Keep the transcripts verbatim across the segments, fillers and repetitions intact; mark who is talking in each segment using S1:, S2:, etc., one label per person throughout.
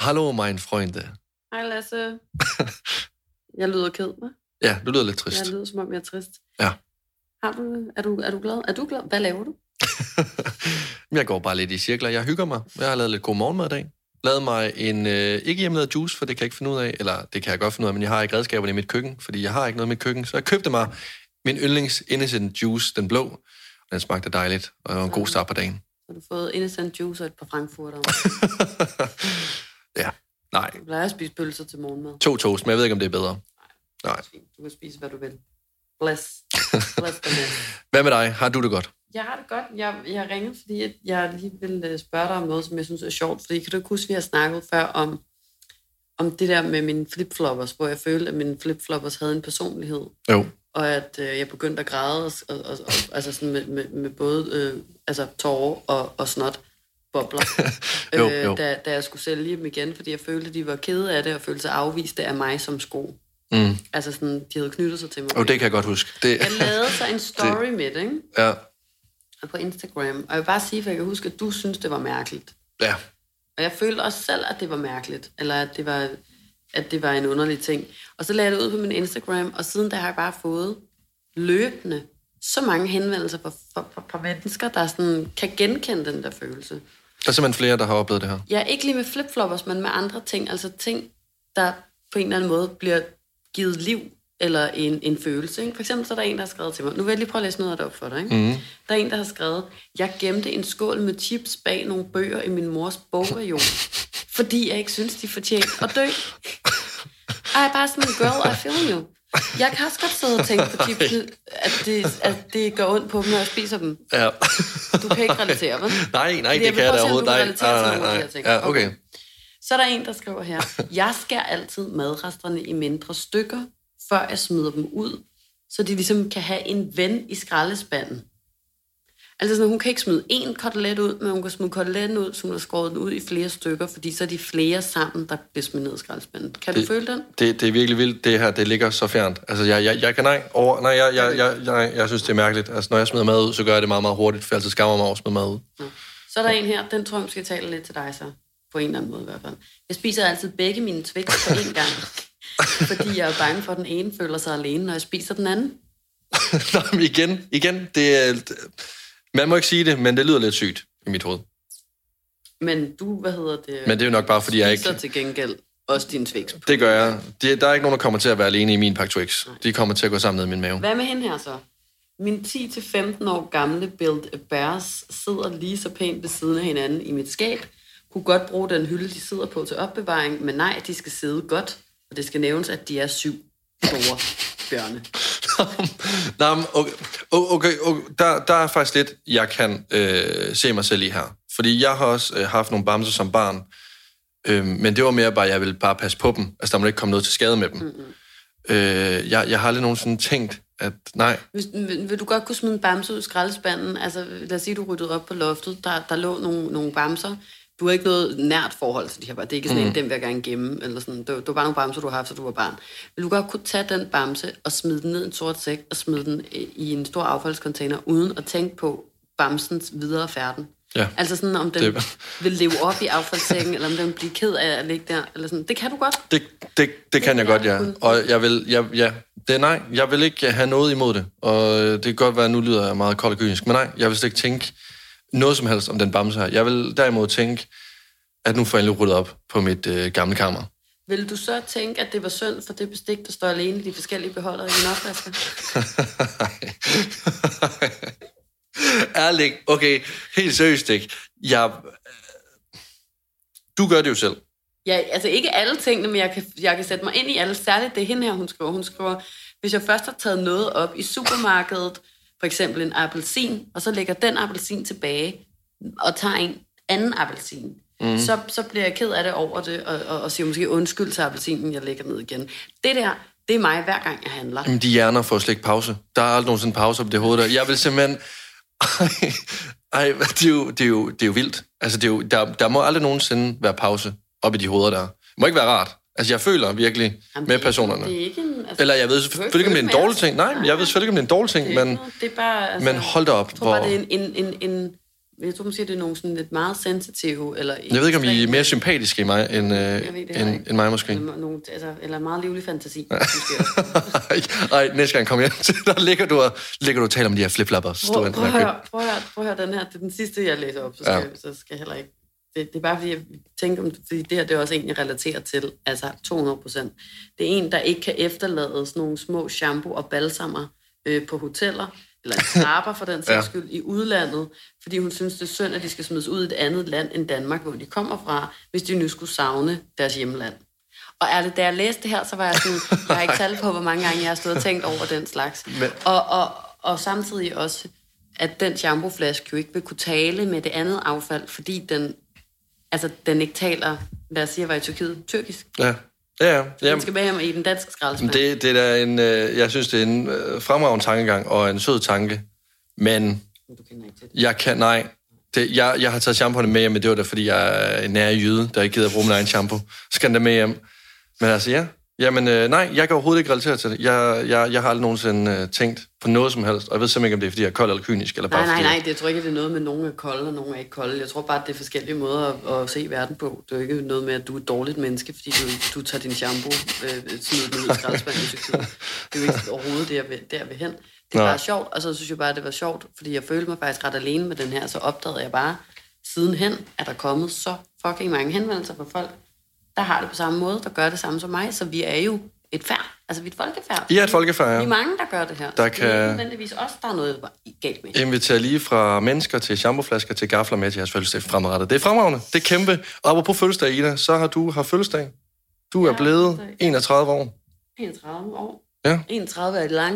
S1: Hallo, mein Freunde.
S2: Hej, Lasse. Jeg lyder ked, hva'?
S1: Ja, du lyder lidt trist.
S2: Jeg lyder, som om jeg er trist.
S1: Ja.
S2: Har du, er, du, er du glad? Er du glad? Hvad laver du?
S1: Jeg går bare lidt i cirkler. Jeg hygger mig. Jeg har lavet lidt god morgenmad i dag. Lavet mig en øh, ikke hjemmelavet juice, for det kan jeg ikke finde ud af. Eller det kan jeg godt finde ud af, men jeg har ikke redskaberne i mit køkken, fordi jeg har ikke noget i mit køkken. Så jeg købte mig min yndlings Innocent Juice, den blå. Og den smagte dejligt, og det var en god start på dagen.
S2: Har du fået Innocent Juice og et par frankfurter?
S1: Ja, nej.
S2: Du plejer at spise pølser til morgenmad.
S1: To toast, men jeg ved ikke, om det er bedre. Nej.
S2: Du kan spise, hvad du vil. Bless. Bless the man.
S1: Hvad med dig? Har du det godt?
S2: Jeg har det godt. Jeg, jeg ringede, fordi jeg lige vil spørge dig om noget, som jeg synes er sjovt. Fordi kan du ikke huske, vi har snakket før om, om det der med mine flipfloppers, hvor jeg følte, at mine flipfloppers havde en personlighed.
S1: Jo.
S2: Og at øh, jeg begyndte at græde, og, og, og, og, altså sådan med, med, med både øh, altså tårer og, og snot bobler,
S1: jo,
S2: øh,
S1: jo.
S2: Da, da jeg skulle sælge dem igen, fordi jeg følte, at de var kede af det, og følte sig afviste af mig som sko.
S1: Mm.
S2: Altså sådan, de havde knyttet sig til mig.
S1: Og det kan jeg godt huske. Det...
S2: Jeg lavede så en story det... med det, ikke?
S1: Ja.
S2: På Instagram. Og jeg vil bare sige, for jeg kan huske, at du synes, det var mærkeligt.
S1: Ja.
S2: Og jeg følte også selv, at det var mærkeligt. Eller at det var, at det var en underlig ting. Og så lagde jeg det ud på min Instagram, og siden der har jeg bare fået løbende så mange henvendelser fra, fra, fra, fra mennesker, der sådan, kan genkende den der følelse.
S1: Der er simpelthen flere, der har oplevet det her.
S2: Ja, ikke lige med flipfloppers, men med andre ting. Altså ting, der på en eller anden måde bliver givet liv, eller en, en følelse. Ikke? For eksempel så er der en, der har skrevet til mig. Nu vil jeg lige prøve at læse noget af det op for dig. Ikke? Mm. Der er en, der har skrevet, jeg gemte en skål med chips bag nogle bøger i min mors bogreol, fordi jeg ikke synes, de fortjener at dø. Og jeg er bare sådan, girl, I feel you. Jeg kan også godt sidde og tænke på chips, at det, at det går ondt på dem, når jeg spiser dem.
S1: Ja.
S2: Du kan ikke relatere, vel?
S1: Nej, nej, det kan jeg da overhovedet.
S2: Nej,
S1: nej, nej, nej. Ja, okay.
S2: okay. Så er der en, der skriver her, jeg skærer altid madresterne i mindre stykker, før jeg smider dem ud, så de ligesom kan have en ven i skraldespanden. Altså sådan, hun kan ikke smide én kotelet ud, men hun kan smide koteletten ud, så hun har skåret den ud i flere stykker, fordi så er de flere sammen, der bliver smidt ned i skraldespanden. Kan
S1: det,
S2: du føle den?
S1: Det, det er virkelig vildt, det her, det ligger så fjernt. Altså, jeg, jeg, jeg kan nej, over, nej, jeg, jeg, jeg, jeg, jeg synes, det er mærkeligt. Altså, når jeg smider mad ud, så gør jeg det meget, meget hurtigt, for jeg altid skammer mig over at smide mad ud.
S2: Ja. Så er der en her, den tror jeg, skal tale lidt til dig så, på en eller anden måde i hvert fald. Jeg spiser altid begge mine Twix på én gang. Fordi jeg er bange for, at den ene føler sig alene, når jeg spiser den anden.
S1: Nå, men igen, igen, det er... Man må ikke sige det, men det lyder lidt sygt i mit hoved.
S2: Men du, hvad hedder det?
S1: Men det er jo nok bare, fordi jeg ikke...
S2: Spiser til gengæld også din Twix.
S1: Det gør jeg. Det, der er ikke nogen, der kommer til at være alene i min pakke Twix. Nej. De kommer til at gå sammen ned i min mave.
S2: Hvad med hende her så? Min ti til femten år gamle Build a Bears sidder lige så pænt ved siden af hinanden i mit skab. Kunne godt bruge den hylde, de sidder på til opbevaring, men nej, de skal sidde godt. Og det skal nævnes, at de er syv store bjørne.
S1: Nå, okay, okay, okay. Der, der er faktisk lidt, jeg kan øh, se mig selv i her. Fordi jeg har også øh, haft nogle bamser som barn, øh, men det var mere bare, at jeg ville bare passe på dem. Altså, der må ikke komme noget til skade med dem. Mm-hmm. Øh, jeg, jeg har aldrig nogensinde tænkt, at nej.
S2: Vil, vil, vil du godt kunne smide en bamse ud i skraldespanden? Altså, lad os sige, du ryddede op på loftet. Der, der lå nogle, nogle bamser. Du har ikke noget nært forhold til de her bare. Det er ikke sådan mm. en, dem vil jeg gerne gemme. Eller sådan. Det, det var bare nogle bamser, du har haft, så du var barn. Vil du godt kunne tage den bamse og smide den ned i en sort sæk og smide den i en stor affaldscontainer, uden at tænke på bamsens videre færden?
S1: Ja.
S2: Altså sådan, om den det... vil leve op i affaldssækken, eller om den bliver ked af at ligge der. Eller sådan. Det kan du godt.
S1: Det, det, det, det kan jeg godt, ja. Og jeg vil, jeg, ja, det er nej. Jeg vil ikke have noget imod det. Og det kan godt være, at nu lyder jeg meget kold og kynisk. Men nej, jeg vil slet ikke tænke noget som helst om den bamse her. Jeg vil derimod tænke, at nu får jeg lige ryddet op på mit øh, gamle kammer.
S2: Vil du så tænke, at det var synd for det bestik, der står alene i de forskellige beholdere i din opvasker?
S1: Ærligt. Okay, helt seriøst ikke. Jeg... Du gør det jo selv.
S2: Ja, altså ikke alle tingene, men jeg kan, jeg kan sætte mig ind i alle. Særligt det hende her, hun skriver. Hun skriver, hvis jeg først har taget noget op i supermarkedet, for eksempel en appelsin, og så lægger den appelsin tilbage, og tager en anden appelsin, mm. så, så bliver jeg ked af det over det, og, og, og siger måske undskyld til appelsinen, jeg lægger ned igen. Det der, det er mig hver gang, jeg handler.
S1: Men de hjerner får slet ikke pause. Der er aldrig nogensinde pause på det hoved der. Jeg vil simpelthen... Ej, ej det, er jo, det, er jo, det er jo vildt. Altså, det er jo, der, der må aldrig nogensinde være pause op i de hoveder der. Det må ikke være rart. Altså, jeg føler virkelig
S2: Jamen,
S1: med
S2: det
S1: personerne.
S2: Det er ikke en, altså,
S1: Eller jeg ved selvfølgelig ikke, om det er en dårlig ting. Nej, jeg ved selvfølgelig ikke, om det er en dårlig ting, men,
S2: det er bare, altså,
S1: men hold da op.
S2: Jeg tror bare, det er en, en, en, en Jeg tror måske, det er nogle sådan lidt meget sensitive, eller...
S1: Jeg ved ikke, om I er mere sympatiske i mig, end, øh, end, end mig måske.
S2: Eller, nogle, altså, eller meget livlig fantasi.
S1: Ej, næste gang kom hjem til, der ligger du og, ligger du og taler om de her flip-floppers.
S2: Prøv, prøv, prøv, prøv, prøv at høre den her. Det er den sidste, jeg læser op, så skal, ja. så skal jeg heller ikke... Det, det er bare fordi, jeg tænker, fordi det her det er også en, jeg relaterer til, altså to hundrede procent. Det er en, der ikke kan efterlade sådan nogle små shampoo og balsamer øh, på hoteller, eller trapper for den sags skyld, ja. i udlandet, fordi hun synes, det er synd, at de skal smides ud i et andet land end Danmark, hvor de kommer fra, hvis de nu skulle savne deres hjemland. Og ærligt, da jeg læste det her, så var jeg sådan, jeg har ikke talt på, hvor mange gange jeg har stået og tænkt over den slags. Men... Og, og, og samtidig også, at den shampooflaske jo ikke vil kunne tale med det andet affald, fordi den, altså, den ikke taler, lad os sige, at jeg var i Tyrkiet, tyrkisk.
S1: Ja. Ja, ja.
S2: Den skal med hjem i den danske skraldespand.
S1: Det, det er en, øh, jeg synes, det er en øh, fremragende tankegang og en sød tanke, men
S2: du kender ikke til det.
S1: Jeg kan, nej. Det, jeg, jeg har taget shampooene med hjem, men det var da, fordi jeg er en nær jyde, der ikke gider at bruge min egen shampoo. Så skal den da med hjem. Men altså, ja. Jamen, øh, nej, jeg kan overhovedet ikke relatere til det. Jeg, jeg, jeg har aldrig nogensinde øh, tænkt på noget som helst, og jeg ved simpelthen ikke, om det er, fordi jeg er kold eller kynisk. Eller bare
S2: nej, nej,
S1: fordi,
S2: nej, det tror ikke, det er noget med, at nogen er kolde, og nogen er ikke kolde. Jeg tror bare, at det er forskellige måder at, at se verden på. Det er jo ikke noget med, at du er et dårligt menneske, fordi du, du tager din shampoo, øh, smider den ud i skraldespanden i Tyrkiet. Det er jo ikke overhovedet der ved, der ved hen. Det er bare sjovt, og så synes jeg bare, at det var sjovt, fordi jeg følte mig faktisk ret alene med den her, så opdagede jeg bare, sidenhen er der kommet så fucking mange henvendelser fra folk, der har det på samme måde, der gør det samme som mig, så vi er jo et færd. Altså, vi er et folkefærd.
S1: I er et folkefærd, ja.
S2: Vi er mange, der gør det her.
S1: Der kan...
S2: Det er nødvendigvis også, der er noget galt med.
S1: Inviterer lige fra mennesker til shampooflasker til gafler med til jeres fødselsdag fremadrettet. Det er fremragende. Det er kæmpe. Og apropos fødselsdag, Ida, så har du haft fødselsdag. Du er ja, blevet enogtredive år.
S2: enogtredive år?
S1: Ja.
S2: enogtredive er det lange.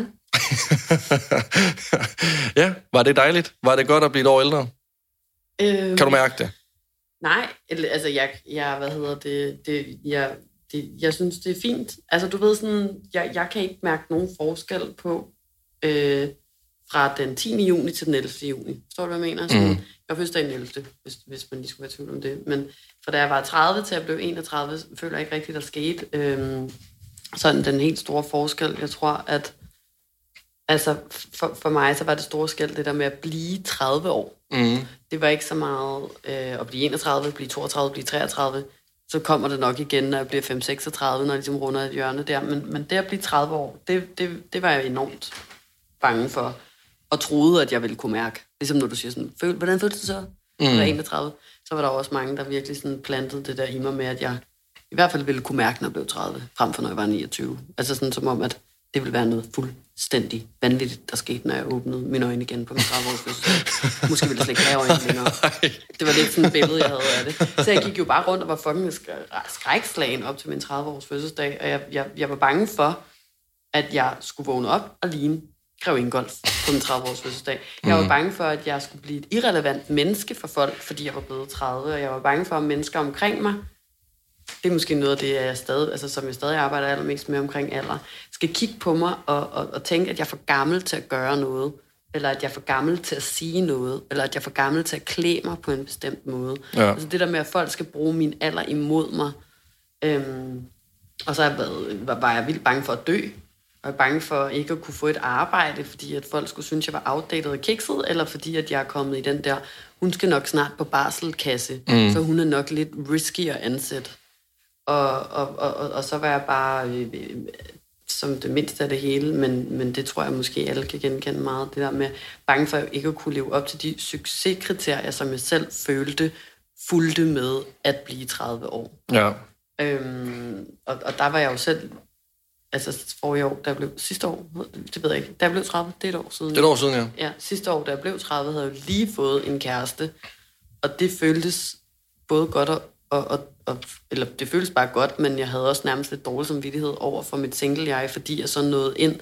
S1: Ja, var det dejligt? Var det godt at blive et år ældre? Øhm... Kan du mærke det?
S2: Nej, altså jeg, jeg hvad hedder det, det jeg, det, jeg synes, det er fint. Altså du ved sådan, jeg, jeg kan ikke mærke nogen forskel på øh, fra den tiende juni til den ellevte juni. Forstår du, hvad jeg mener? Sådan, mm. Jeg var fødselsdag den ellevte, hvis, hvis man lige skulle være tvivl om det. Men fra da jeg var tredive til jeg blev enogtredive, føler jeg ikke rigtigt, der skete øhm, sådan den helt store forskel. Jeg tror, at altså for, for mig, så var det store skæld det der med at blive tredive år. Mm. Det var ikke så meget øh, at blive enogtredive, blive toogtredive, blive treogtredive. Så kommer det nok igen, når jeg bliver fem seksogtredive, når jeg ligesom runder et hjørne der. Men, men det at blive tredive år, det, det, det var jeg enormt bange for. Og troede, at jeg ville kunne mærke. Ligesom når du siger sådan, Føl, hvordan føltes det så? Mm. Jeg var enogtredive. Så var der også mange, der virkelig sådan plantede det der i mig med, at jeg i hvert fald ville kunne mærke, når jeg blev tredive, frem for når jeg var niogtyve. Altså sådan som om, at det ville være noget fuldstændig vanvittigt, der skete, når jeg åbnede mine øjne igen på min tredive års fødselsdag. Måske ville jeg slet ikke have øjne længere. Det var lidt sådan et billede, jeg havde af det. Så jeg gik jo bare rundt og var fucking skrækslagen op til min tredive års fødselsdag, og jeg, jeg, jeg var bange for, at jeg skulle vågne op og ligne Grev Ingolf på min tredive års fødselsdag. Jeg var bange for, at jeg skulle blive et irrelevant menneske for folk, fordi jeg var blevet tredive, og jeg var bange for, at mennesker omkring mig, det er måske noget af det, jeg stadig, altså, som jeg stadig arbejder allermest med omkring alder, skal kigge på mig og, og, og tænke, at jeg er for gammel til at gøre noget, eller at jeg er for gammel til at sige noget, eller at jeg er for gammel til at klæde mig på en bestemt måde. Ja. Altså det der med, at folk skal bruge min alder imod mig. Øhm, og så var, var jeg vildt bange for at dø, og jeg var bange for ikke at kunne få et arbejde, fordi at folk skulle synes, jeg var outdated og kikset, eller fordi at jeg er kommet i den der, hun skal nok snart på barselkasse, mm. så hun er nok lidt risky at ansætte. Og, og, og, og så var jeg bare øh, som det mindste af det hele, men, men det tror jeg måske alle kan genkende meget, det der med bange for ikke at kunne leve op til de succeskriterier, som jeg selv følte fulgte med at blive tredive år.
S1: Ja.
S2: Øhm, og, og der var jeg jo selv, altså forrige år, da jeg blev, sidste år, det ved jeg ikke, da jeg blev tredive, det er et år siden.
S1: Det er et år siden, ja.
S2: Ja, sidste år, da jeg blev tredive, havde jeg jo lige fået en kæreste, og det føltes både godt og Og, og, og, eller det føltes bare godt, men jeg havde også nærmest lidt dårlig samvittighed over for mit single-jeg, fordi jeg så nåede ind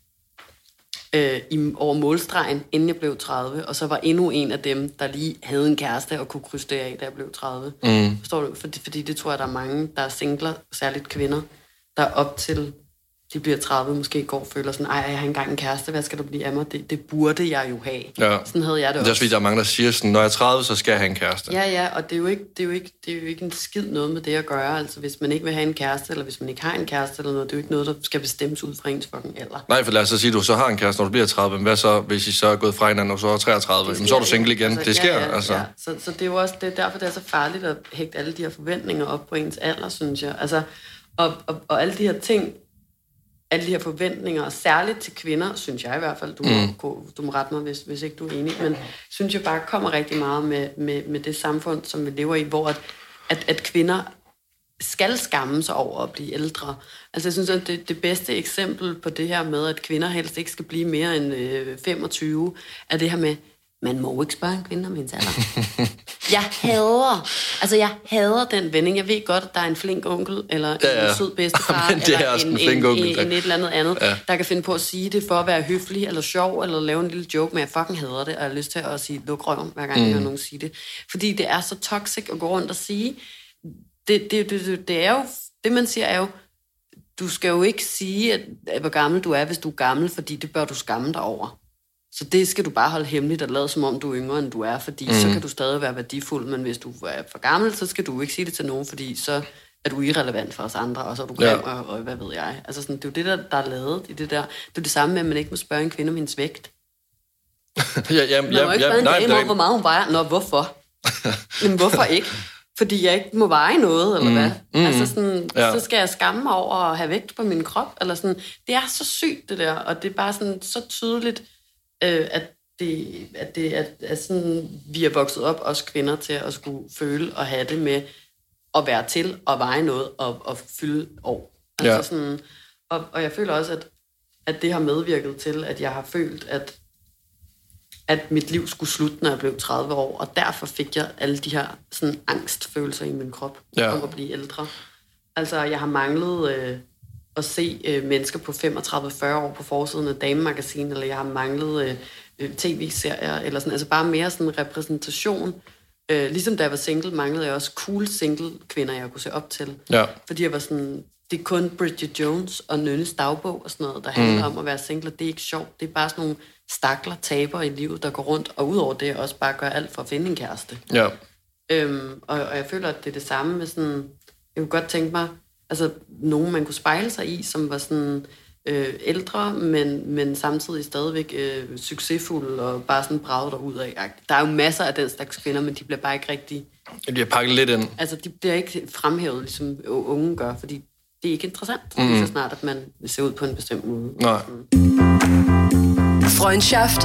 S2: øh, i, over målstregen, inden jeg blev tredive, og så var endnu en af dem, der lige havde en kæreste og kunne krydse det af, da jeg blev tredive. Mm. Forstår du? Fordi, fordi det tror jeg, der er mange, der er singler, særligt kvinder, der op til de bliver tredive, måske går og føler sådan, ej, jeg har engang en kæreste, hvad skal der blive af mig? Det, det burde jeg jo have.
S1: Ja.
S2: Sådan havde jeg det også.
S1: Det er også fordi, der er mange, der siger sådan, når jeg er tredive, så skal jeg have en kæreste.
S2: Ja, ja, og det er jo ikke, det er jo ikke, det er jo ikke en skid noget med det at gøre. Altså, hvis man ikke vil have en kæreste, eller hvis man ikke har en kæreste eller noget, det er jo ikke noget, der skal bestemmes ud fra ens fucking alder.
S1: Nej, for lad os så sige, at du så har en kæreste, når du bliver tredive, men hvad så, hvis I så er gået fra hinanden, og så er treogtredive? Jamen, så er du single igen. Altså, det sker,
S2: ja, ja,
S1: altså.
S2: Ja. Så, så det er jo også det er derfor, det er så farligt at hægte alle de her forventninger op på ens alder, synes jeg. Altså, og, og, og alle de her ting, alle de her forventninger, og særligt til kvinder, synes jeg i hvert fald, du, mm. må, du må rette mig, hvis, hvis ikke du er enig, men synes jeg bare kommer rigtig meget med, med, med det samfund, som vi lever i, hvor at, at, at kvinder skal skamme sig over at blive ældre. Altså jeg synes, at det, det bedste eksempel på det her med, at kvinder helst ikke skal blive mere end øh, femogtyve, er det her med, man må jo ikke spørge en kvinde om hendes alder. Jeg hader, altså jeg hader den vending. Jeg ved godt, at der er en flink onkel, eller ja, ja. en sød bedstefar, eller en, en, en, onkel, en, en et eller andet andet, ja. der kan finde på at sige det for at være høflig, eller sjov, eller lave en lille joke, men jeg fucking hader det, og jeg har lyst til at sige luk røven, hver gang mm. jeg hører nogen sige det. Fordi det er så toxic at gå rundt og sige. Det, det, det, det, det er jo, det man siger er jo, du skal jo ikke sige, at, at hvor gammel du er, hvis du er gammel, fordi det bør du skamme dig over. Så det skal du bare holde hemmeligt og lade som om du er yngre, end du er, fordi mm. så kan du stadig være værdifuld, men hvis du er for gammel, så skal du ikke sige det til nogen, fordi så er du irrelevant for os andre, og så er du grim, ja. og, og hvad ved jeg. Altså sådan, det er jo det, der, der er lavet i det der. Det er det samme med, at man ikke må spørge en kvinde om hendes vægt.
S1: ja, ja,
S2: man må ja, ikke spørge ja, en nej, dame om, hvor meget hun vejer. Nå, hvorfor? Jamen, hvorfor ikke? Fordi jeg ikke må veje noget, eller mm. hvad? Mm. Altså sådan, ja. så skal jeg skamme mig over at have vægt på min krop, eller sådan. Det er så sygt, det der, og det er bare sådan så tydeligt, øh, at det, at det at, at sådan, vi er vokset op, os kvinder, til at skulle føle og have det med at være til, og veje noget, og, og fylde år. Altså ja. sådan, og, og jeg føler også, at, at det har medvirket til, at jeg har følt, at at mit liv skulle slutte, når jeg blev tredive år, og derfor fik jeg alle de her sådan, angstfølelser i min krop, ja. om at blive ældre. Altså, jeg har manglet øh, at se øh, mennesker på femogtredive til fyrre år på forsiden af Dame-magasin, eller jeg har manglet øh, tv-serier, eller sådan, altså bare mere sådan repræsentation. Øh, ligesom da jeg var single, manglede jeg også cool single-kvinder, jeg kunne se op til. Ja. Fordi jeg var sådan, det er kun Bridget Jones og Nynnes dagbog og sådan noget, der handler mm. om at være single, det er ikke sjovt, det er bare sådan nogle stakler, taber i livet, der går rundt, og udover det også bare gør alt for at finde en kæreste. Ja. Øhm, og, og jeg føler, at det er det samme med sådan, jeg kunne godt tænke mig, altså nogen man kunne spejle sig i, som var sådan øh, ældre, men, men samtidig stadigvæk øh, succesfulde og bare sådan braget derudad. Der er jo masser af den slags kvinder, men de bliver bare ikke rigtig...
S1: De bliver pakket lidt ind.
S2: Altså, de bliver ikke fremhævet, ligesom unge gør, fordi det er ikke interessant, mm. lige så snart, at man ser ud på en bestemt måde.
S1: Nej.
S3: Freundschaft.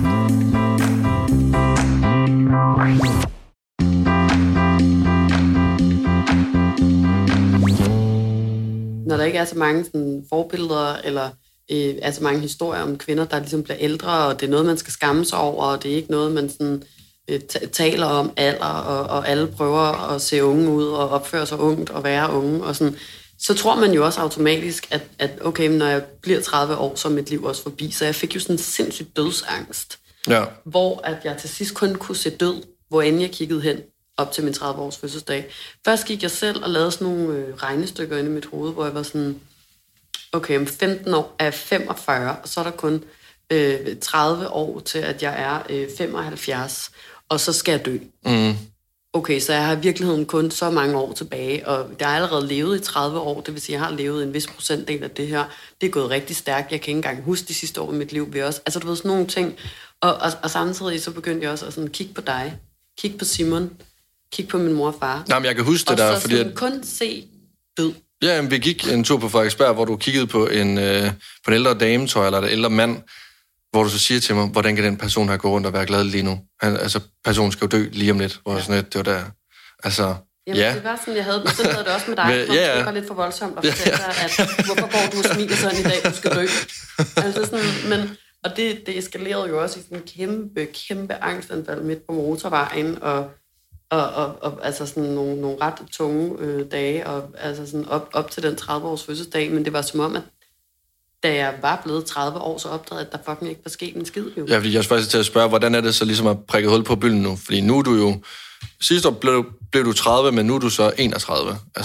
S2: Når der ikke er så mange sådan, forbilleder, eller øh, er så mange historier om kvinder, der ligesom bliver ældre, og det er noget, man skal skamme sig over, og det er ikke noget, man sådan, øh, taler om alder, og, og alle prøver at se unge ud, og opføre sig ungt, og være unge, og sådan... Så tror man jo også automatisk, at, at okay, når jeg bliver tredive år, så er mit liv også forbi. Så jeg fik jo sådan en sindssyg dødsangst. Ja. Hvor at jeg til sidst kun kunne se død, hvor end jeg kiggede hen op til min tredive års fødselsdag. Først gik jeg selv og lavede sådan nogle øh, regnestykker inde i mit hoved, hvor jeg var sådan, okay, om femten år er jeg femogfyrre, og så er der kun øh, tredive år til, at jeg er øh, femoghalvfjerds, og så skal jeg dø. Mm. Okay, så jeg har i virkeligheden kun så mange år tilbage, og jeg har allerede levet i tredive år, det vil sige, at jeg har levet en vis procentdel af det her. Det er gået rigtig stærkt. Jeg kan ikke engang huske de sidste år i mit liv. Vi også. Altså, du ved, sådan nogle ting. Og, og, og samtidig så begyndte jeg også at sådan, kigge på dig, kigge på Simon, kigge på min mor og far.
S1: Jamen, jeg kan huske det der, fordi...
S2: Og så kun se død.
S1: Ja, jamen, vi gik en tur på Frederiksberg, hvor du kiggede på en, øh, på en ældre dame, tror jeg, eller en ældre mand, hvor du så siger til mig, hvordan kan den person her gå rundt og være glad lige nu? Han, altså, personen skal jo dø lige om lidt, hvor ja. sådan et, det var der. Altså,
S2: jamen,
S1: ja.
S2: det var sådan, jeg havde det. Så havde det også med dig. Men, ja, ja. Det var lidt for voldsomt at fortælle dig, at hvorfor går du og smiler sådan i dag, du skal dø? Altså sådan, men, og det, det eskalerede jo også i sådan en kæmpe, kæmpe angstanfald midt på motorvejen, og, og, og, og altså sådan nogle, nogle ret tunge øh, dage, og altså sådan op, op til den tredive års fødselsdag, men det var som om, at da jeg var blevet tredive år, så opdagede jeg, at der fucking ikke var sket en skid. Jo.
S1: Ja, fordi jeg er faktisk til at spørge, hvordan er det så ligesom at prikke hul på bylden nu? Fordi nu er du jo... Sidste år blev, blev du tredive, men nu er du så enogtredive. Altså,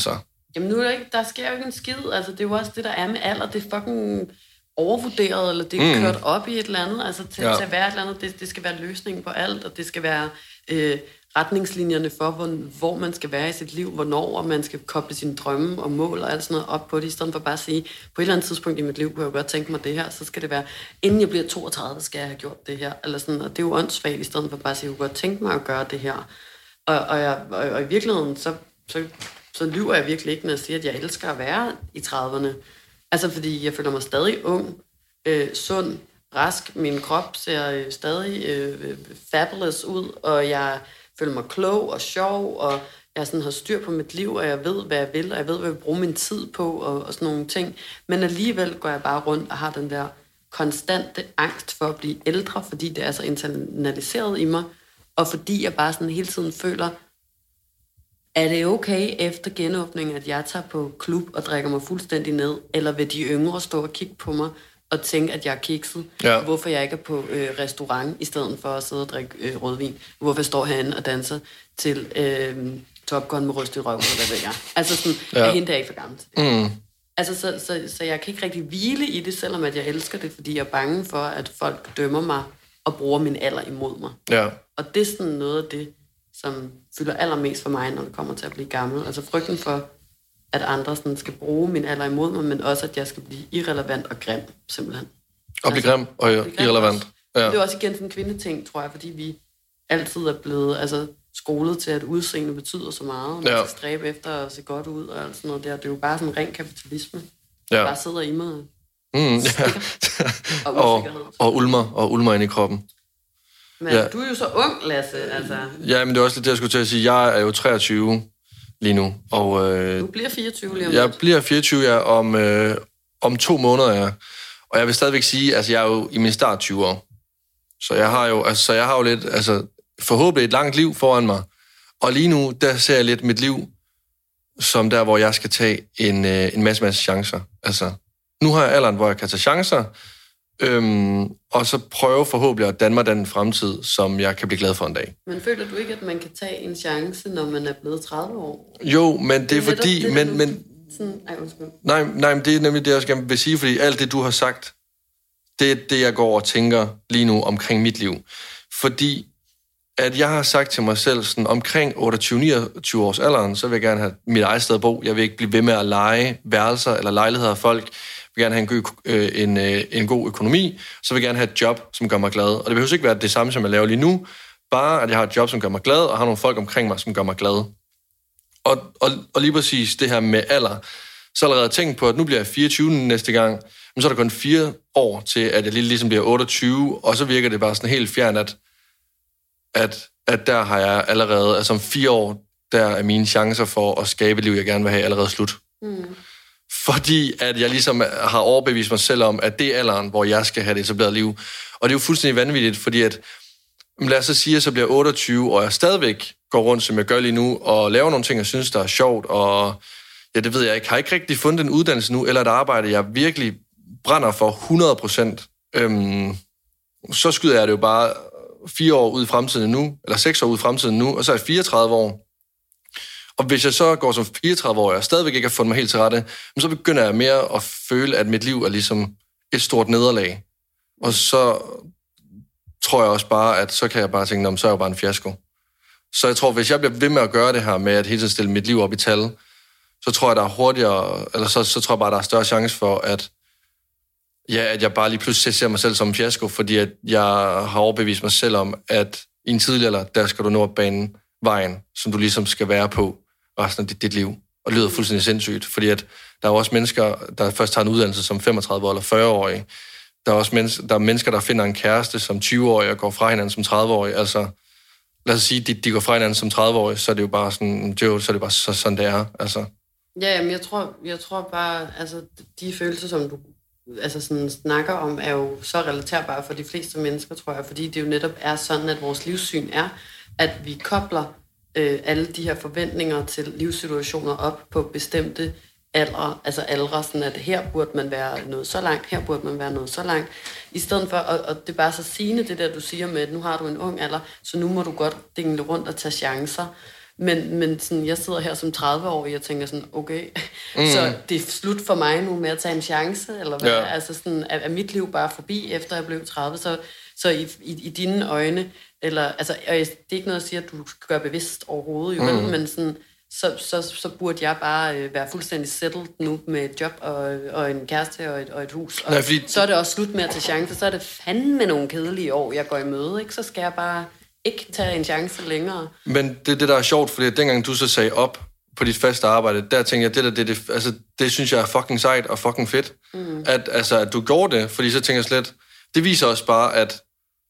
S2: Jamen nu er der ikke, der sker jo ikke en skid. Altså det er jo også det, der er med alder. Det er fucking overvurderet, eller det er mm. kørt op i et eller andet. Altså til, ja. til at være et eller andet, det, det skal være løsningen på alt, og det skal være øh, retningslinjerne for, hvor, hvor man skal være i sit liv, hvornår, og man skal koble sine drømme og mål og alt sådan noget op på det, i stedet for bare at sige, på et eller andet tidspunkt i mit liv kunne jeg godt tænke mig det her, så skal det være, inden jeg bliver toogtredive, skal jeg have gjort det her, eller sådan, og det er jo åndssvagt, i stedet for bare at sige, jeg kunne godt tænke mig at gøre det her. Og, og, jeg, og, og i virkeligheden, så, så, så lyver jeg virkelig ikke, når jeg siger, at jeg elsker at være i trediverne. Altså fordi jeg føler mig stadig ung, øh, sund, rask. Min krop ser øh, stadig øh, fabulous ud, og jeg føler mig klog og sjov, og jeg sådan har styr på mit liv, og jeg ved, hvad jeg vil, og jeg ved, hvad jeg vil bruge min tid på, og, og sådan nogle ting. Men alligevel går jeg bare rundt og har den der konstante angst for at blive ældre, fordi det er så internaliseret i mig, og fordi jeg bare sådan hele tiden føler, er det okay efter genåbningen, at jeg tager på klub og drikker mig fuldstændig ned, eller vil de yngre stå og kigge på mig og tænke, at jeg er kikset, ja. Hvorfor jeg ikke er på øh, restaurant, i stedet for at sidde og drikke øh, rødvin, hvorfor jeg står herinde og danser til øh, Top Gun med rystet røv, eller hvad ved jeg. Altså sådan, ja. Jeg hende er ikke for gammel til det. Mm. Altså, så, så, så jeg kan ikke rigtig hvile i det, selvom at jeg elsker det, fordi jeg er bange for, at folk dømmer mig og bruger min alder imod mig.
S1: Ja.
S2: Og det er sådan noget af det, som fylder allermest for mig, når det kommer til at blive gammel. Altså frygten for, at andre sådan skal bruge min alder imod mig, men også, at jeg skal blive irrelevant og grim, simpelthen.
S1: Og blive grim og ja, blive irrelevant.
S2: Ja. Det er også igen sådan en kvindeting, tror jeg, fordi vi altid er blevet altså, skolet til, at udseende betyder så meget, og man ja. skal stræbe efter at se godt ud og alt sådan noget der. Det er jo bare sådan en ren kapitalisme, der ja. bare sidder i mig. Mm, ja. og,
S1: og, og ulmer, og ulmer ind i kroppen.
S2: Men ja. du er jo så ung, Lasse. Altså.
S1: Ja, men det er også lidt det, jeg skulle til at sige. Jeg er jo treogtyve lige nu. Og, øh,
S2: du bliver fireogtyve lige om
S1: Jeg lidt. bliver fireogtyve, ja, om, øh, om to måneder, ja. Og jeg vil stadigvæk sige, altså jeg er jo i min start tyve år. Så jeg har jo, altså, så jeg har jo lidt, altså forhåbentlig et langt liv foran mig. Og lige nu, der ser jeg lidt mit liv som der, hvor jeg skal tage en, øh, en masse, masse chancer. Altså, nu har jeg alderen, hvor jeg kan tage chancer, Øhm, og så prøve forhåbentlig at danne mig den fremtid, som jeg kan blive glad for en dag.
S2: Men føler du ikke, at man kan tage en chance, når man er blevet tredive år?
S1: Jo, men det er fordi... Det, men, men,
S2: sådan, ej,
S1: nej, nej, men det er nemlig det, jeg skal vil sige, fordi alt det, du har sagt, det er det, jeg går og tænker lige nu omkring mit liv. Fordi at jeg har sagt til mig selv, sådan omkring otteogtyve niogtyve års alderen, så vil jeg gerne have mit eget sted at bo. Jeg vil ikke blive ved med at leje værelser eller lejligheder af folk. Jeg vil gerne have en, øh, en, øh, en god økonomi, så vil jeg gerne have et job, som gør mig glad. Og det behøver ikke være det samme, som jeg laver lige nu, bare at jeg har et job, som gør mig glad, og har nogle folk omkring mig, som gør mig glad. Og, og, og lige præcis det her med alder, så har jeg allerede tænkt på, at nu bliver jeg fireogtyve næste gang, men så er der kun fire år til, at jeg lige ligesom bliver otteogtyve, og så virker det bare sådan helt fjern, at, at, at der har jeg allerede, altså om fire år, der er mine chancer for at skabe et liv, jeg gerne vil have, allerede slut. Mm. Fordi at jeg ligesom har overbevist mig selv om, at det er alderen, hvor jeg skal have det etableret liv. Og det er jo fuldstændig vanvittigt, fordi at, lad os så sige, at så bliver jeg otteogtyve, og jeg stadigvæk går rundt, som jeg gør lige nu, og laver nogle ting, jeg synes, der er sjovt, og ja, det ved jeg ikke. Har ikke rigtig fundet en uddannelse nu, eller et arbejde, jeg virkelig brænder for hundrede procent. Øhm, så skyder jeg det jo bare fire år ud i fremtiden nu, eller seks år ud i fremtiden nu, og så er jeg fireogtredive år. Og hvis jeg så går som fireogtredive år, og jeg stadigvæk ikke har fundet mig helt til rette, så begynder jeg mere at føle, at mit liv er ligesom et stort nederlag. Og så tror jeg også bare, at så kan jeg bare tænke, så er jeg bare en fiasko. Så jeg tror, hvis jeg bliver ved med at gøre det her med at hele tiden stille mit liv op i tal, så tror jeg, der er hurtigere, eller så, så tror jeg bare, der er større chance for, at, ja, at jeg bare lige pludselig ser mig selv som en fiasko, fordi at jeg har overbevist mig selv om, at i en tidlig alder, der skal du nå at bane vejen, som du ligesom skal være på resten af dit, dit liv. Og det lyder fuldstændig sindssygt, fordi at der er også mennesker, der først tager en uddannelse som femogtredive eller fyrre-årige. Der er også mennesker, der, er mennesker, der finder en kæreste som tyve-årige og går fra hinanden som tredive-årige. Altså, lad os sige, de, de går fra hinanden som tredive-årige, så er det jo bare sådan, jo, så er det bare så, sådan, det er. Altså.
S2: Ja, men jeg tror, jeg tror bare, altså, de følelser, som du altså sådan, snakker om, er jo så relaterbare for de fleste mennesker, tror jeg, fordi det jo netop er sådan, at vores livssyn er, at vi kobler øh, alle de her forventninger til livssituationer op på bestemte aldre, altså aldre, sådan at her burde man være noget så langt, her burde man være noget så langt, i stedet for, og, og det er bare så sigende, det der, du siger med, at nu har du en ung alder, så nu må du godt dingle rundt og tage chancer, Men, men sådan, jeg sidder her som tredive-årig, og jeg tænker sådan, okay, mm. så det er slut for mig nu med at tage en chance, eller hvad? Ja. Altså sådan, er, er mit liv bare forbi, efter jeg blev tredive? Så, så i, i, i dine øjne, eller, altså, det er ikke noget at sige, at du skal gøre bevidst overhovedet, jo, mm. men sådan, så, så, så burde jeg bare øh, være fuldstændig settled nu med et job og, og en kæreste og et, og et hus. Og nej, fordi... så er det også slut med at tage chancer. Så er det fandme nogle kedelige år, jeg går i møde, ikke? Så skal jeg bare ikke tage en chance længere.
S1: Men det er det, der er sjovt, fordi dengang du så sagde op på dit faste arbejde, der tænkte jeg, det der, det, det, altså, det synes jeg er fucking sejt og fucking fedt. Mm. At, altså, at du gjorde det, fordi så tænker jeg slet, det viser også bare, at,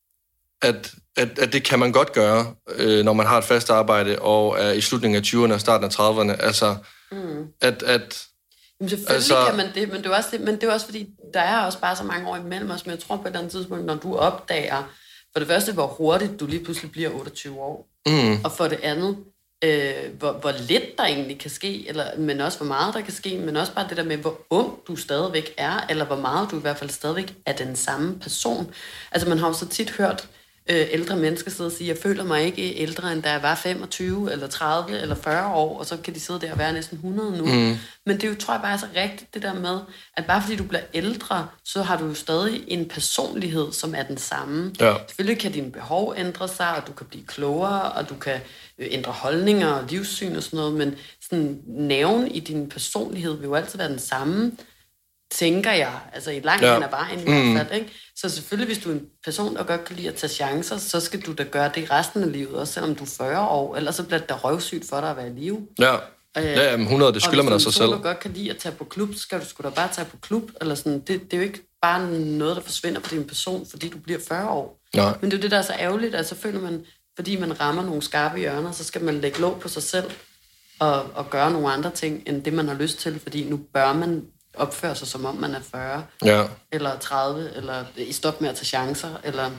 S1: at, at, at det kan man godt gøre, øh, når man har et fast arbejde, og er i slutningen af tyverne og starten af trediverne. Altså, mm. at... at
S2: Jamen selvfølgelig altså, kan man det, men det, er også det, men det er også fordi, der er også bare så mange år imellem os, men jeg tror på et eller andet tidspunkt, når du opdager, for det første, hvor hurtigt du lige pludselig bliver otteogtyve år, mm. og for det andet, øh, hvor, hvor lidt der egentlig kan ske, eller, men også hvor meget der kan ske, men også bare det der med, hvor ung du stadigvæk er, eller hvor meget du i hvert fald stadigvæk er den samme person. Altså man har jo så tit hørt øh, ældre mennesker sidde og sige, jeg føler mig ikke ældre, end da jeg var femogtyve, eller tredive, eller fyrre år, og så kan de sidde der og være næsten hundrede nu. Mm. Men det er jo, tror jeg bare er så rigtigt, det der med, at bare fordi du bliver ældre, så har du jo stadig en personlighed, som er den samme. Ja. Selvfølgelig kan dine behov ændre sig, og du kan blive klogere, og du kan ændre holdninger og livssyn og sådan noget, men sådan nerven i din personlighed vil jo altid være den samme, tænker jeg, altså i langt hen ad vejen i
S1: mm.
S2: hvert fald, ikke? Så selvfølgelig, hvis du er en person, der godt kan lide at tage chancer, så skal du da gøre det resten af livet, også selvom du er fyrre år, ellers så bliver det da røvsygt for dig at være i live.
S1: Ja, øh, ja men hundrede, det skylder man af sig selv. Og hvis
S2: du godt kan lide at tage på klub, så skal du sgu da bare tage på klub, eller sådan, det, det er jo ikke bare noget, der forsvinder på din person, fordi du bliver fyrre år.
S1: Nej.
S2: Men det er jo det, der er så ærgerligt, at så føler man, fordi man rammer nogle skarpe hjørner, så skal man lægge låg på sig selv, og, og gøre nogle andre ting, end det man har lyst til, fordi nu bør man opføre sig, som om man er fyrre,
S1: ja.
S2: eller tredive, eller i stop med at tage chancer, eller...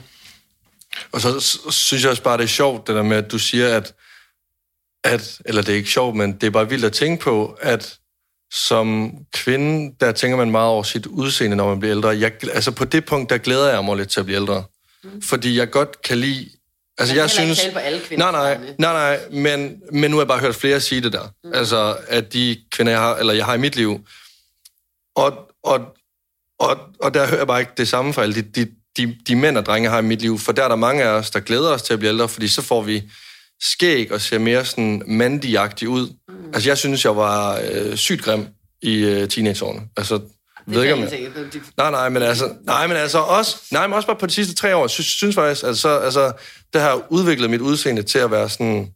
S1: Og så synes jeg også bare, det er sjovt, det der med, at du siger, at, at eller det er ikke sjovt, men det er bare vildt at tænke på, at som kvinde, der tænker man meget over sit udseende, når man bliver ældre. Jeg, altså på det punkt, der glæder jeg mig lidt til at blive ældre. Mm. Fordi jeg godt kan lide... Altså, jeg, jeg synes...
S2: ikke tale på alle kvinder.
S1: Nej, nej, nej, nej, men, men nu har jeg bare hørt flere sige det der. Mm. Altså, at de kvinder, jeg har, eller jeg har i mit liv... Og, og, og, og der hører jeg bare ikke det samme for alle de, de, de, de mænd og drenge, jeg har i mit liv. For der er der mange af os, der glæder os til at blive ældre, fordi så får vi skæg og ser mere sådan mandigagtig ud. Mm. Altså, jeg synes, jeg var øh, sygt grim i øh, teenageårene. Altså, det ved ikke, om jeg... Nej, nej, men altså, nej, men altså også, nej, men også bare på de sidste tre år, synes, synes faktisk, altså, altså, det har udviklet mit udseende til at være sådan,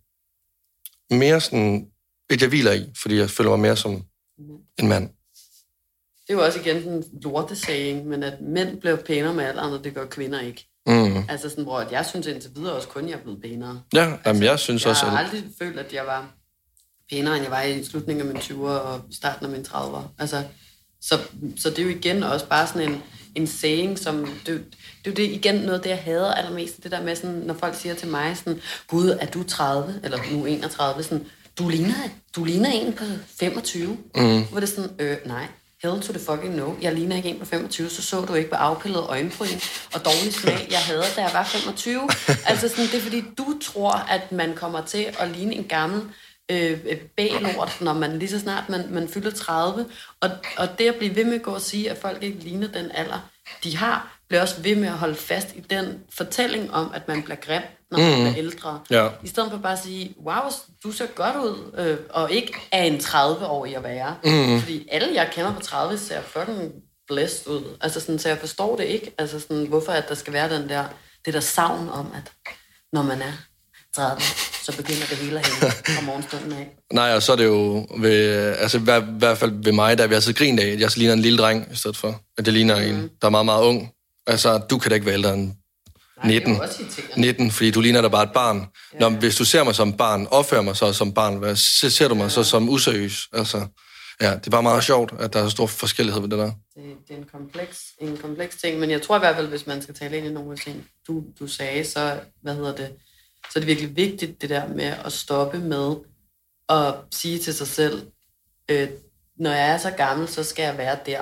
S1: mere sådan, et jeg hviler i, fordi jeg føler mig mere som en mand.
S2: Det er jo også igen en lortesaging, men at mænd bliver pænere med alderen, og det gør kvinder ikke.
S1: Mm.
S2: Altså sådan, hvor jeg synes indtil videre også kun, jeg er blevet pænere.
S1: Ja,
S2: altså,
S1: jamen, jeg synes
S2: jeg
S1: også...
S2: Jeg har aldrig følt, at jeg var pænere, end jeg var i slutningen af mine tyvere og starten af mine trediver. Altså, så, så det er jo igen også bare sådan en, en saying, som... Det, det er jo det, igen noget af det, jeg hader allermest. Det der med, sådan, når folk siger til mig sådan, Gud, er du tredive, eller nu enogtredive, sådan, du ligner, du ligner en på femogtyve. Mm. Hvor det er sådan, øh, nej. Hell to the fucking no. Jeg ligner ikke en på femogtyve, så så du ikke på afpillede øjenbryn og dårlig smag, jeg havde, da jeg var femogtyve. Altså sådan, det er fordi, du tror, at man kommer til at ligne en gammel øh, bælort, når man lige så snart man, man fylder tredive. Og, og det at blive ved med at gå og sige, at folk ikke ligner den alder, de har, bliver også ved med at holde fast i den fortælling om, at man bliver grim, når man mm. bliver ældre.
S1: Ja.
S2: I stedet for bare at sige, wow, du ser godt ud, øh, og ikke er en tredive-årig at være. Mm. Fordi alle, jeg kender på tredive, ser fucking blæst ud. Altså sådan, så jeg forstår det ikke. Altså sådan, hvorfor at der skal være den der, det der savn om, at når man er tredive, så begynder det hele at hænge fra morgenstunden af.
S1: Nej, og så er det jo ved, altså i hvert, hvert fald ved mig, der vi altid grint af, at jeg så ligner en lille dreng i stedet for. At det ligner mm. en, der er meget, meget ung. Altså, du kan da ikke være ældre end nitten, nitten, fordi du ligner da bare et barn. Ja. Når, hvis du ser mig som barn, opfører mig så som barn, hvad, så ser du mig ja. så som useriøs. Altså, ja, det er bare meget sjovt, at der er så stor forskellighed ved det der.
S2: Det, det er en kompleks, en kompleks ting, men jeg tror i hvert fald, hvis man skal tale ind i nogle af ting, du, du sagde, så, hvad hedder det, så er det virkelig vigtigt, det der med at stoppe med at sige til sig selv, øh, når jeg er så gammel, så skal jeg være der.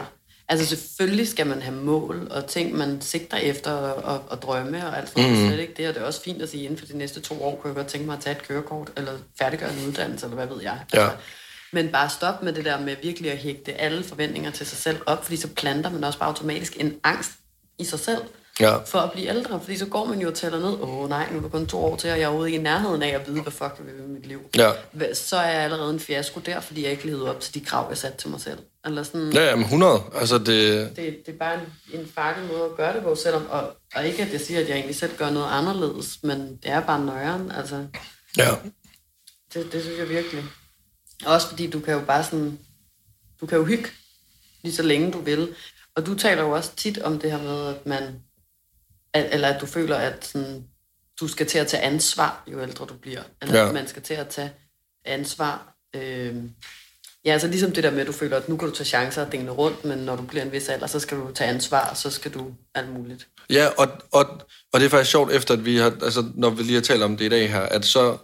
S2: Altså selvfølgelig skal man have mål og ting, man sigter efter og, og, og drømme og alt sådan noget. Mm. Slet ikke det, og det er også fint at sige, inden for de næste to år kunne jeg godt tænke mig at tage et kørekort, eller færdiggøre en uddannelse, eller hvad ved jeg.
S1: Ja.
S2: Altså, men bare stop med det der med virkelig at hægte alle forventninger til sig selv op, fordi så planter man også bare automatisk en angst i sig selv. Ja. For at blive ældre, fordi så går man jo og tæller ned, åh oh, nej, nu er der kun to år til, og jeg er overhovedet ikke i nærheden af at vide, hvad fuck jeg vil med mit liv. Ja. Så er jeg allerede en fiasko der, fordi jeg ikke levede op til de krav, jeg satte til mig selv. Eller sådan,
S1: ja, jamen hundrede. Altså det...
S2: Det, det er bare en, en farlig måde at gøre det på, selvom, og, og ikke at jeg siger, at jeg egentlig selv gør noget anderledes, men det er bare nøjeren, altså.
S1: Ja.
S2: Det, det synes jeg virkelig. Også fordi du kan jo bare sådan, du kan jo hygge lige så længe du vil. Og du taler jo også tit om det her med, at man At, eller at du føler, at sådan, du skal til at tage ansvar, jo ældre du bliver. Eller ja. At man skal til at tage ansvar. Øh, ja, altså ligesom det der med, at du føler, at nu kan du tage chancer og dingle rundt, men når du bliver en vis alder, så skal du tage ansvar, og så skal du alt muligt.
S1: Ja, og, og, og det er faktisk sjovt, efter at vi har, altså når vi lige har talt om det i dag her, at så,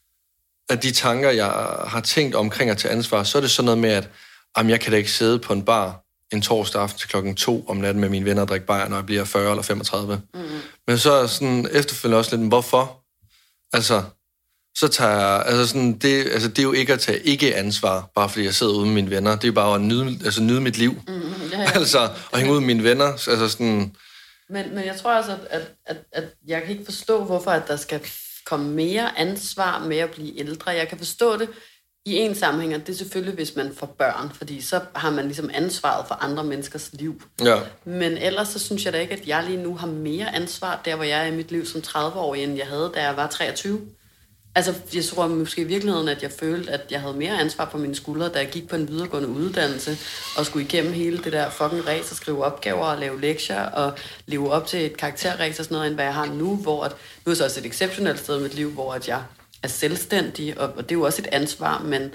S1: at de tanker, jeg har tænkt omkring at tage ansvar, så er det sådan noget med, at jamen, jeg kan da ikke sidde på en bar en torsdag aften til klokken to om natten med mine venner og drikke bajer, når jeg bliver fyrre eller femogtredive. Mm-hmm. Men så er sådan efterfølgende også lidt, hvorfor? Altså, så tager jeg, altså sådan, det, altså det er jo ikke at tage ikke ansvar, bare fordi jeg sidder ude med mine venner. Det er jo bare at nyde, altså nyde mit liv. Mm-hmm. Ja, ja. Altså, at hænge ud med mine venner. Altså sådan...
S2: Men, men jeg tror også, at, at, at, at jeg kan ikke forstå, hvorfor at der skal komme mere ansvar med at blive ældre. Jeg kan forstå det i en sammenhæng, og det er selvfølgelig, hvis man får børn, fordi så har man ligesom ansvaret for andre menneskers liv. Ja. Men ellers så synes jeg da ikke, at jeg lige nu har mere ansvar, der hvor jeg er i mit liv som tredive-årig, end jeg havde, da jeg var treogtyve. Altså, jeg tror måske i virkeligheden, at jeg følte, at jeg havde mere ansvar på mine skuldre, da jeg gik på en videregående uddannelse, og skulle igennem hele det der fucking ræs og skrive opgaver og lave lektier, og leve op til et karakterræs og sådan noget, end hvad jeg har nu, hvor at, nu er så også et exceptionelt sted i mit liv, hvor at jeg er selvstændig, og, og det er jo også et ansvar, men,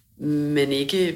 S2: men ikke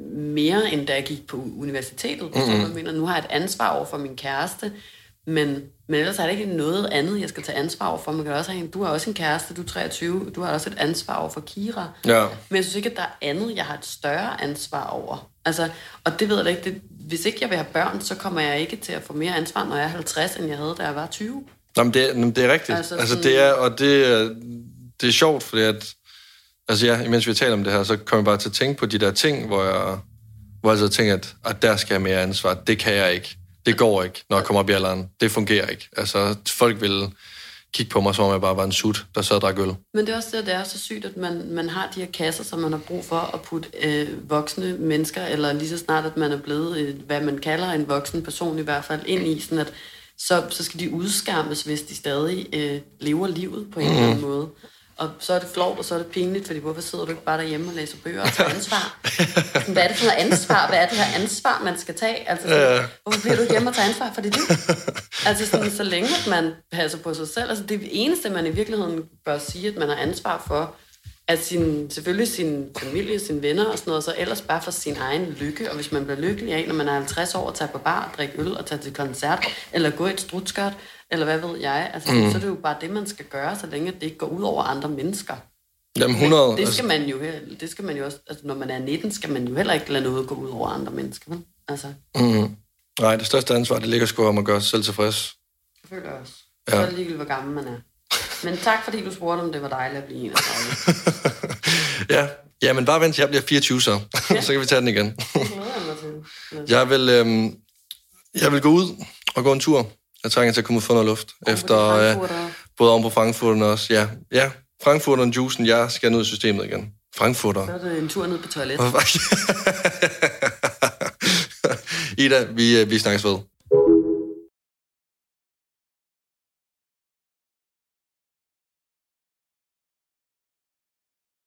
S2: mere, end da jeg gik på universitetet. Mm-hmm. Jeg mener, nu har jeg et ansvar over for min kæreste, men, men ellers er det ikke noget andet, jeg skal tage ansvar over for. Man kan også have en, du har også en kæreste, du er treogtyve, du har også et ansvar over for Kira. Ja. Men jeg synes ikke, at der er andet, jeg har et større ansvar over. Altså, og det ved jeg ikke, det, hvis ikke jeg vil have børn, så kommer jeg ikke til at få mere ansvar, når jeg er halvtreds, end jeg havde, da jeg var tyve.
S1: Jamen, det, er, det er rigtigt. Altså, altså det er, og det det er sjovt, fordi at, altså ja, imens vi taler om det her, så kommer jeg bare til at tænke på de der ting, hvor jeg, hvor jeg så tænker, at, at der skal jeg mere ansvar. Det kan jeg ikke. Det går ikke, når jeg kommer op i alderen. Det fungerer ikke. Altså, folk vil kigge på mig, som om jeg bare var en sut, der sad og drak øl.
S2: Men det er også det, det er så sygt, at man, man har de her kasser, som man har brug for at putte øh, voksne mennesker, eller lige så snart, at man er blevet, øh, hvad man kalder en voksen person i hvert fald, ind i, sådan at så, så skal de udskærmes, hvis de stadig øh, lever livet på en eller anden måde. Og så er det flovt, og så er det pinligt, fordi hvorfor sidder du ikke bare derhjemme og læser bøger og tager ansvar? Hvad er det for noget ansvar? Hvad er det her ansvar, man skal tage? Altså, sådan, hvorfor bliver du ikke hjemme og tager ansvar for dit liv? Altså, sådan, så længe at man passer på sig selv. Altså, det eneste, man i virkeligheden bør sige, at man har ansvar for, at sin, selvfølgelig sin familie, sine venner og sådan noget, så ellers bare for sin egen lykke. Og hvis man bliver lykkelig af, når man er halvtreds år, at tage på bar, drikke øl og tage til koncert, eller gå i et strutskørt, eller hvad ved jeg, altså, mm. så er det jo bare det, man skal gøre, så længe det ikke går ud over andre mennesker.
S1: Jamen hundrede...
S2: Men det skal man jo, det skal man jo også, altså når man er nitten, skal man jo heller ikke lade noget gå ud over andre mennesker. Altså.
S1: Mm. Nej, det største ansvar, det ligger sgu om at gøre sig selv tilfreds.
S2: Det føler jeg også. Ja. Så er det ligegyldigt, hvor gammel man er. Men tak, fordi du spurgte, om det var dejligt at blive enogtredive.
S1: ja. ja, men bare vent til jeg bliver fireogtyve så. Ja. Så kan vi tage den igen.
S2: Det glæder jeg mig til.
S1: Jeg vil, øhm, jeg vil gå ud og gå en tur. Jeg trænger til at komme ud for noget luft.
S2: Om
S1: efter øh, både om på Frankfurteren også. Ja, ja. Frankfurteren, juicen, jeg skal ned i systemet igen. Frankfurter.
S2: Så er det en tur ned på toilettet.
S1: Ida, vi, vi snakkes ved.